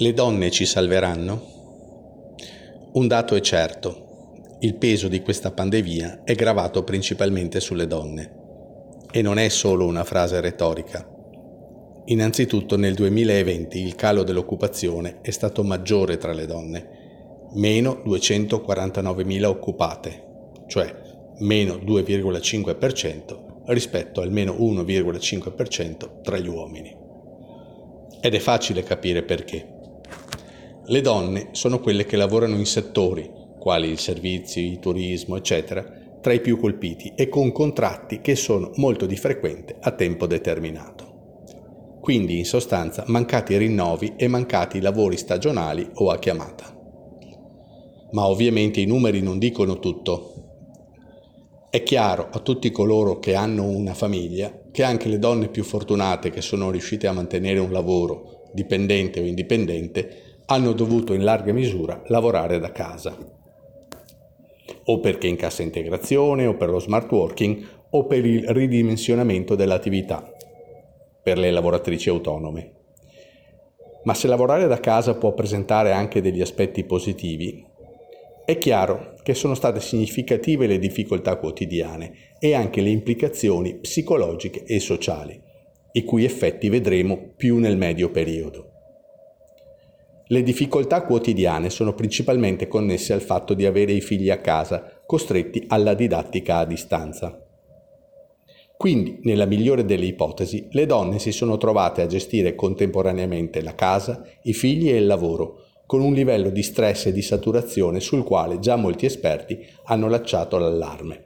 Le donne ci salveranno? Un dato è certo: il peso di questa pandemia è gravato principalmente sulle donne. E non è solo una frase retorica. Innanzitutto nel 2020 il calo dell'occupazione è stato maggiore tra le donne, meno 249.000 occupate, cioè meno 2,5% rispetto al meno 1,5% tra gli uomini. Ed è facile capire perché. Le donne sono quelle che lavorano in settori, quali i servizi, il turismo, eccetera, tra i più colpiti e con contratti che sono molto di frequente a tempo determinato. Quindi, in sostanza, mancati rinnovi e mancati lavori stagionali o a chiamata. Ma ovviamente i numeri non dicono tutto. È chiaro a tutti coloro che hanno una famiglia che anche le donne più fortunate che sono riuscite a mantenere un lavoro, dipendente o indipendente, hanno dovuto in larga misura lavorare da casa. O perché in cassa integrazione, o per lo smart working, o per il ridimensionamento dell'attività, per le lavoratrici autonome. Ma se lavorare da casa può presentare anche degli aspetti positivi, è chiaro che sono state significative le difficoltà quotidiane e anche le implicazioni psicologiche e sociali, i cui effetti vedremo più nel medio periodo. Le difficoltà quotidiane sono principalmente connesse al fatto di avere i figli a casa, costretti alla didattica a distanza. Quindi, nella migliore delle ipotesi, le donne si sono trovate a gestire contemporaneamente la casa, i figli e il lavoro, con un livello di stress e di saturazione sul quale già molti esperti hanno lanciato l'allarme.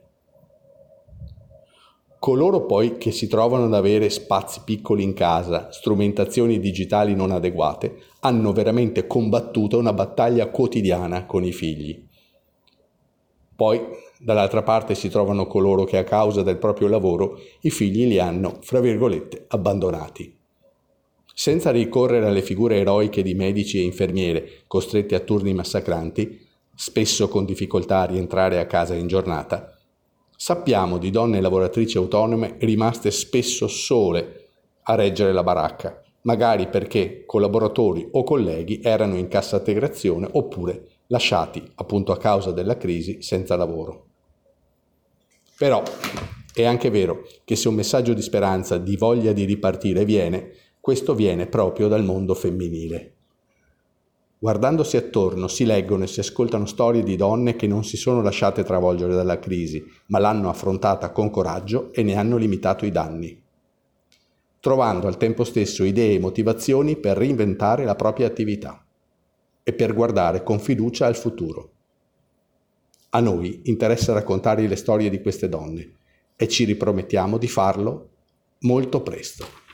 Coloro poi che si trovano ad avere spazi piccoli in casa, strumentazioni digitali non adeguate, hanno veramente combattuto una battaglia quotidiana con i figli. Poi, dall'altra parte, si trovano coloro che a causa del proprio lavoro i figli li hanno, fra virgolette, abbandonati. Senza ricorrere alle figure eroiche di medici e infermiere costretti a turni massacranti, spesso con difficoltà a rientrare a casa in giornata, sappiamo di donne lavoratrici autonome rimaste spesso sole a reggere la baracca, magari perché collaboratori o colleghi erano in cassa integrazione oppure lasciati, appunto a causa della crisi, senza lavoro. Però è anche vero che se un messaggio di speranza, di voglia di ripartire viene, questo viene proprio dal mondo femminile. Guardandosi attorno si leggono e si ascoltano storie di donne che non si sono lasciate travolgere dalla crisi, ma l'hanno affrontata con coraggio e ne hanno limitato i danni, trovando al tempo stesso idee e motivazioni per reinventare la propria attività e per guardare con fiducia al futuro. A noi interessa raccontare le storie di queste donne e ci ripromettiamo di farlo molto presto.